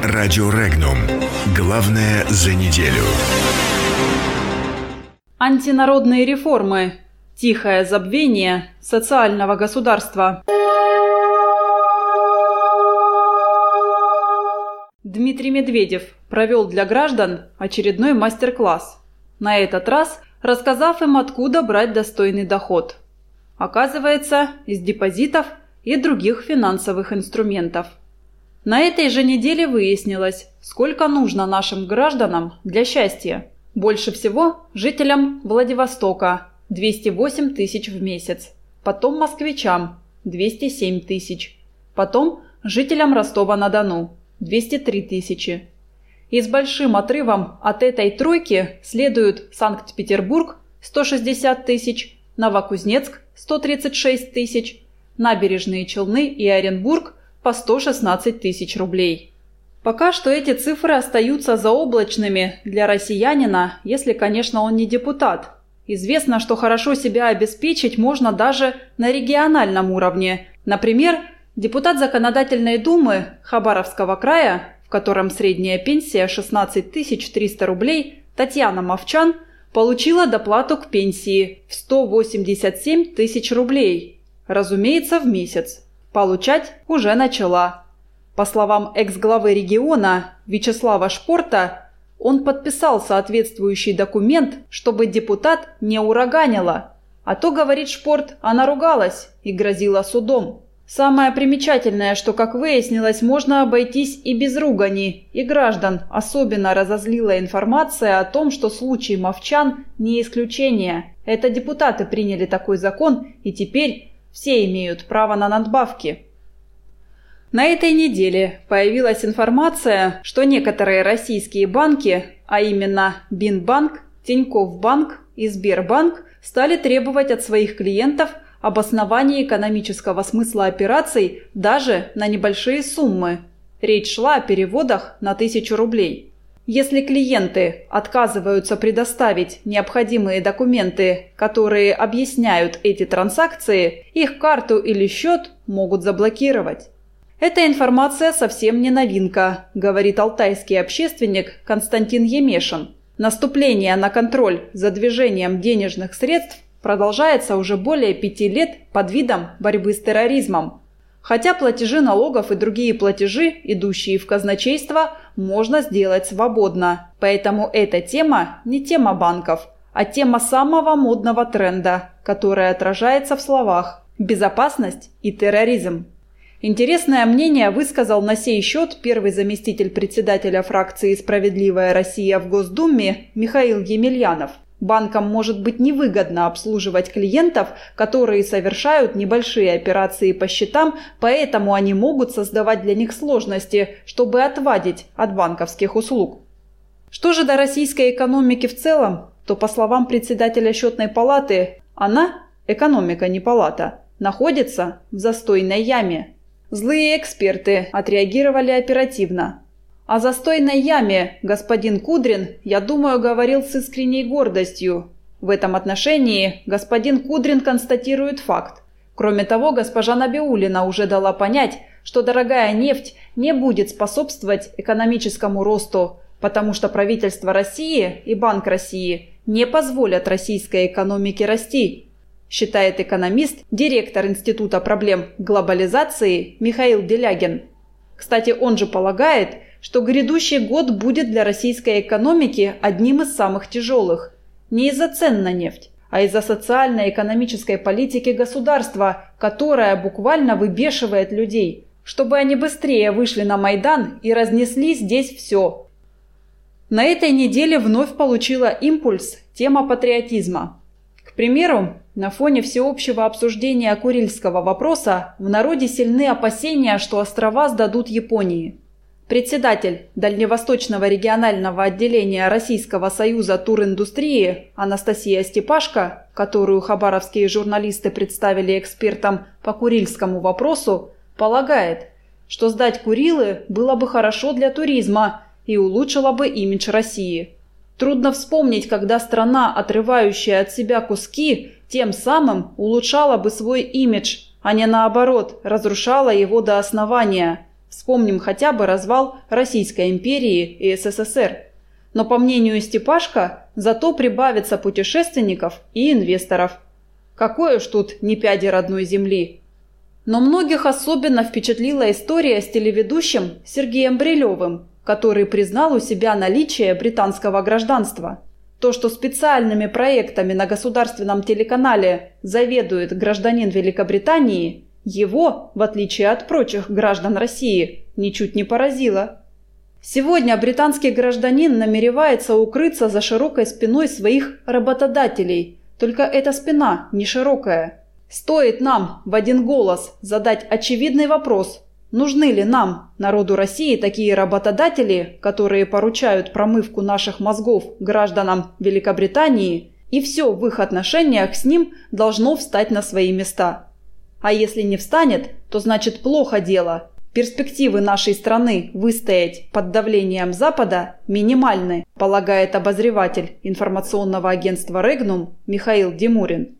Радио Регнум. Главное за неделю. Антинародные реформы. Тихое забвение социального государства. Дмитрий Медведев провел для граждан очередной мастер-класс. На этот раз рассказав им, откуда брать достойный доход. Оказывается, из депозитов и других финансовых инструментов. На этой же неделе выяснилось, сколько нужно нашим гражданам для счастья. Больше всего жителям Владивостока – 208 тысяч в месяц, потом москвичам – 207 тысяч, потом жителям Ростова-на-Дону – 203 тысячи. И с большим отрывом от этой тройки следуют Санкт-Петербург – 160 тысяч, Новокузнецк – 136 тысяч, Набережные Челны и Оренбург – по 116 тысяч рублей. Пока что эти цифры остаются заоблачными для россиянина, если, конечно, он не депутат. Известно, что хорошо себя обеспечить можно даже на региональном уровне. Например, депутат Законодательной думы Хабаровского края, в котором средняя пенсия 16 300 рублей, Татьяна Мовчан, получила доплату к пенсии в 187 тысяч рублей, разумеется, в месяц. Получать уже начала. По словам экс-главы региона Вячеслава Шпорта, он подписал соответствующий документ, чтобы депутат не ураганила. А то, говорит Шпорт, она ругалась и грозила судом. Самое примечательное, что, как выяснилось, можно обойтись и без ругани, и граждан особенно разозлила информация о том, что случай Мовчан не исключение. Это депутаты приняли такой закон, и теперь все имеют право на надбавки. На этой неделе появилась информация, что некоторые российские банки, а именно Бинбанк, Тинькофф Банк и Сбербанк, стали требовать от своих клиентов обоснования экономического смысла операций даже на небольшие суммы. Речь шла о переводах на 1000 рублей. Если клиенты отказываются предоставить необходимые документы, которые объясняют эти транзакции, их карту или счет могут заблокировать. Эта информация совсем не новинка, говорит алтайский общественник Константин Емешин. Наступление на контроль за движением денежных средств продолжается уже более 5 лет под видом борьбы с терроризмом. Хотя платежи налогов и другие платежи, идущие в казначейство, можно сделать свободно. Поэтому эта тема не тема банков, а тема самого модного тренда, который отражается в словах «безопасность» и «терроризм». Интересное мнение высказал на сей счет первый заместитель председателя фракции «Справедливая Россия» в Госдуме Михаил Емельянов. Банкам может быть невыгодно обслуживать клиентов, которые совершают небольшие операции по счетам, поэтому они могут создавать для них сложности, чтобы отвадить от банковских услуг. Что же до российской экономики в целом, то, по словам председателя счетной палаты, она, экономика не палата, находится в застойной яме. Злые эксперты отреагировали оперативно. О застойной яме господин Кудрин, я думаю, говорил с искренней гордостью. В этом отношении господин Кудрин констатирует факт. Кроме того, госпожа Набиуллина уже дала понять, что дорогая нефть не будет способствовать экономическому росту, потому что правительство России и Банк России не позволят российской экономике расти, считает экономист, директор Института проблем глобализации Михаил Делягин. Кстати, он же полагает, что грядущий год будет для российской экономики одним из самых тяжелых. Не из-за цен на нефть, а из-за социально-экономической политики государства, которая буквально выбешивает людей, чтобы они быстрее вышли на Майдан и разнесли здесь все. На этой неделе вновь получила импульс тема патриотизма. К примеру, на фоне всеобщего обсуждения Курильского вопроса в народе сильны опасения, что острова сдадут Японии. Председатель Дальневосточного регионального отделения Российского союза туриндустрии Анастасия Степашко, которую хабаровские журналисты представили экспертам по Курильскому вопросу, полагает, что сдать Курилы было бы хорошо для туризма и улучшило бы имидж России. Трудно вспомнить, когда страна, отрывающая от себя куски, тем самым улучшала бы свой имидж, а не наоборот, разрушала его до основания, Вспомним хотя бы развал Российской империи и СССР. Но по мнению Степашка, зато прибавится путешественников и инвесторов. Какой уж тут не пяди родной земли. Но многих особенно впечатлила история с телеведущим Сергеем Брилевым, который признал у себя наличие британского гражданства. То, что специальными проектами на государственном телеканале заведует гражданин Великобритании, его, в отличие от прочих граждан России, ничуть не поразило. Сегодня британский гражданин намеревается укрыться за широкой спиной своих работодателей, только эта спина не широкая. Стоит нам в один голос задать очевидный вопрос: нужны ли нам, народу России, такие работодатели, которые поручают промывку наших мозгов гражданам Великобритании, и все в их отношениях с ним должно встать на свои места. А если не встанет, то значит плохо дело. Перспективы нашей страны выстоять под давлением Запада минимальны, полагает обозреватель информационного агентства «Регнум» Михаил Демурин.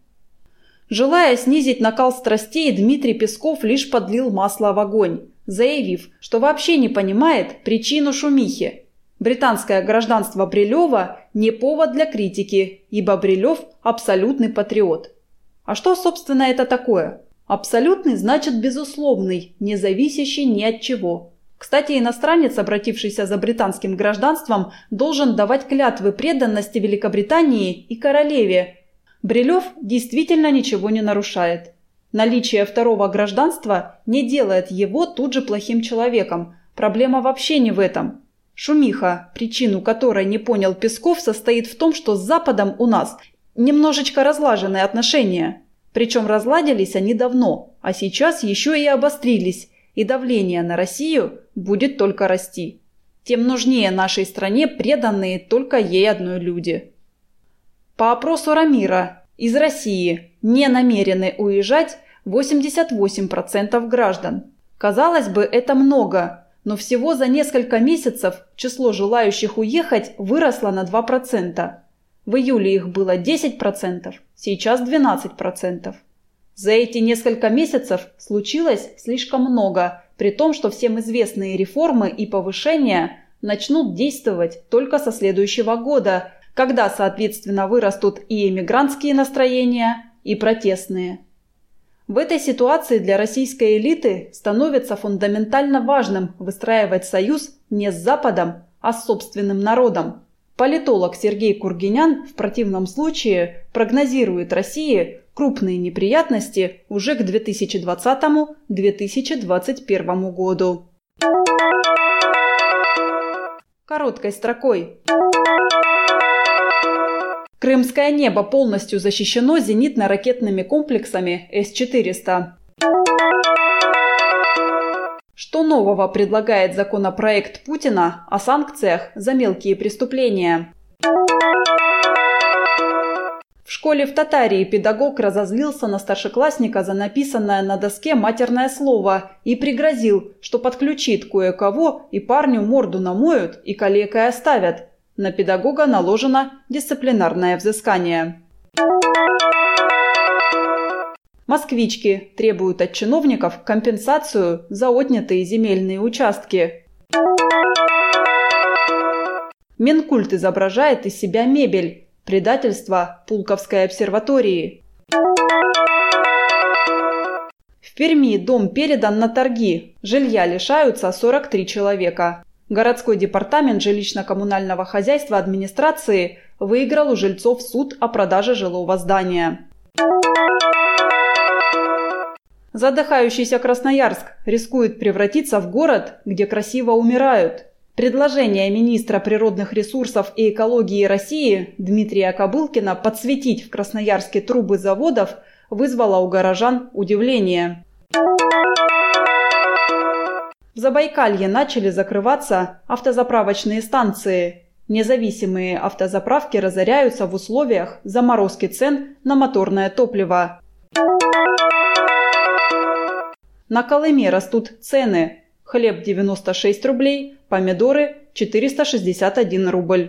Желая снизить накал страстей, Дмитрий Песков лишь подлил масло в огонь, заявив, что вообще не понимает причину шумихи. Британское гражданство Брилева не повод для критики, ибо Брилев – абсолютный патриот. А что, собственно, это такое? Абсолютный значит безусловный, не зависящий ни от чего. Кстати, иностранец, обратившийся за британским гражданством, должен давать клятвы преданности Великобритании и королеве. Брилев действительно ничего не нарушает. Наличие второго гражданства не делает его тут же плохим человеком. Проблема вообще не в этом. Шумиха, причину которой не понял Песков, состоит в том, что с Западом у нас немножечко разлаженные отношения. Причем разладились они давно, а сейчас еще и обострились, и давление на Россию будет только расти. Тем нужнее нашей стране преданные только ей одной люди. По опросу Рамира, из России не намерены уезжать 88% граждан. Казалось бы, это много, но всего за несколько месяцев число желающих уехать выросло на 2%. В июле их было 10%, сейчас 12%. За эти несколько месяцев случилось слишком много, при том, что всем известные реформы и повышения начнут действовать только со следующего года, когда, соответственно, вырастут и эмигрантские настроения, и протестные. В этой ситуации для российской элиты становится фундаментально важным выстраивать союз не с Западом, а с собственным народом. Политолог Сергей Кургинян в противном случае прогнозирует России крупные неприятности уже к 2020-2021 году. Короткой строкой. Крымское небо полностью защищено зенитно-ракетными комплексами С-400. Что нового предлагает законопроект Путина о санкциях за мелкие преступления? В школе в Татарии педагог разозлился на старшеклассника за написанное на доске матерное слово и пригрозил, что подключит кое-кого и парню морду намоют и калекой оставят. На педагога наложено дисциплинарное взыскание. Москвички требуют от чиновников компенсацию за отнятые земельные участки. Минкульт изображает из себя мебель. Предательство Пулковской обсерватории. В Перми дом передан на торги. Жилья лишаются 43 человека. Городской департамент жилищно-коммунального хозяйства администрации выиграл у жильцов суд о продаже жилого здания. Задыхающийся Красноярск рискует превратиться в город, где красиво умирают. Предложение министра природных ресурсов и экологии России Дмитрия Кобылкина подсветить в Красноярске трубы заводов вызвало у горожан удивление. В Забайкалье начали закрываться автозаправочные станции. Независимые автозаправки разоряются в условиях заморозки цен на моторное топливо. На Колыме растут цены. Хлеб 96 рублей, помидоры 461 рубль.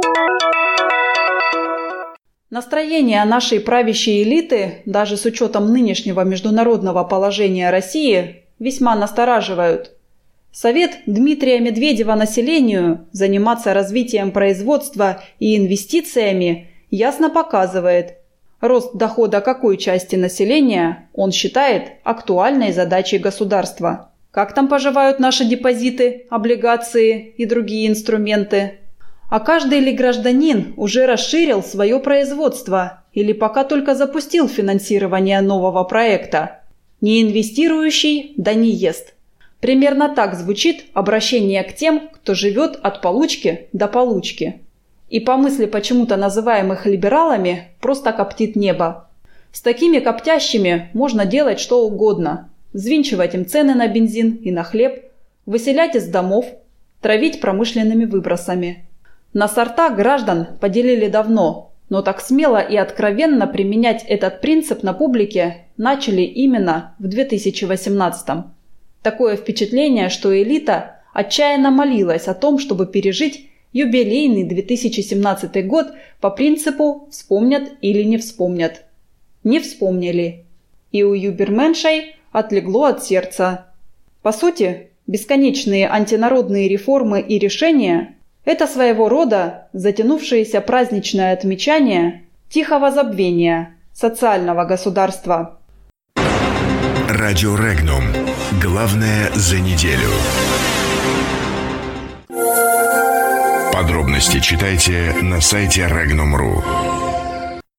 Настроения нашей правящей элиты, даже с учетом нынешнего международного положения России, весьма настораживают. Совет Дмитрия Медведева населению заниматься развитием производства и инвестициями ясно показывает, рост дохода какой части населения он считает актуальной задачей государства. Как там поживают наши депозиты, облигации и другие инструменты? А каждый ли гражданин уже расширил свое производство или пока только запустил финансирование нового проекта? Не инвестирующий, да не ест. Примерно так звучит обращение к тем, кто живет от получки до получки. И по мысли почему-то называемых либералами просто коптит небо. С такими коптящими можно делать что угодно. Взвинчивать им цены на бензин и на хлеб, выселять из домов, травить промышленными выбросами. На сорта граждан поделили давно, но так смело и откровенно применять этот принцип на публике начали именно в 2018-м. Такое впечатление, что элита отчаянно молилась о том, чтобы пережить юбилейный 2017 год по принципу «вспомнят или не вспомнят». Не вспомнили. И у юберменшей отлегло от сердца. По сути, бесконечные антинародные реформы и решения – это своего рода затянувшееся праздничное отмечание тихого забвения социального государства. Радио Регнум. Главное за неделю. Подробности читайте на сайте Regnum.ru.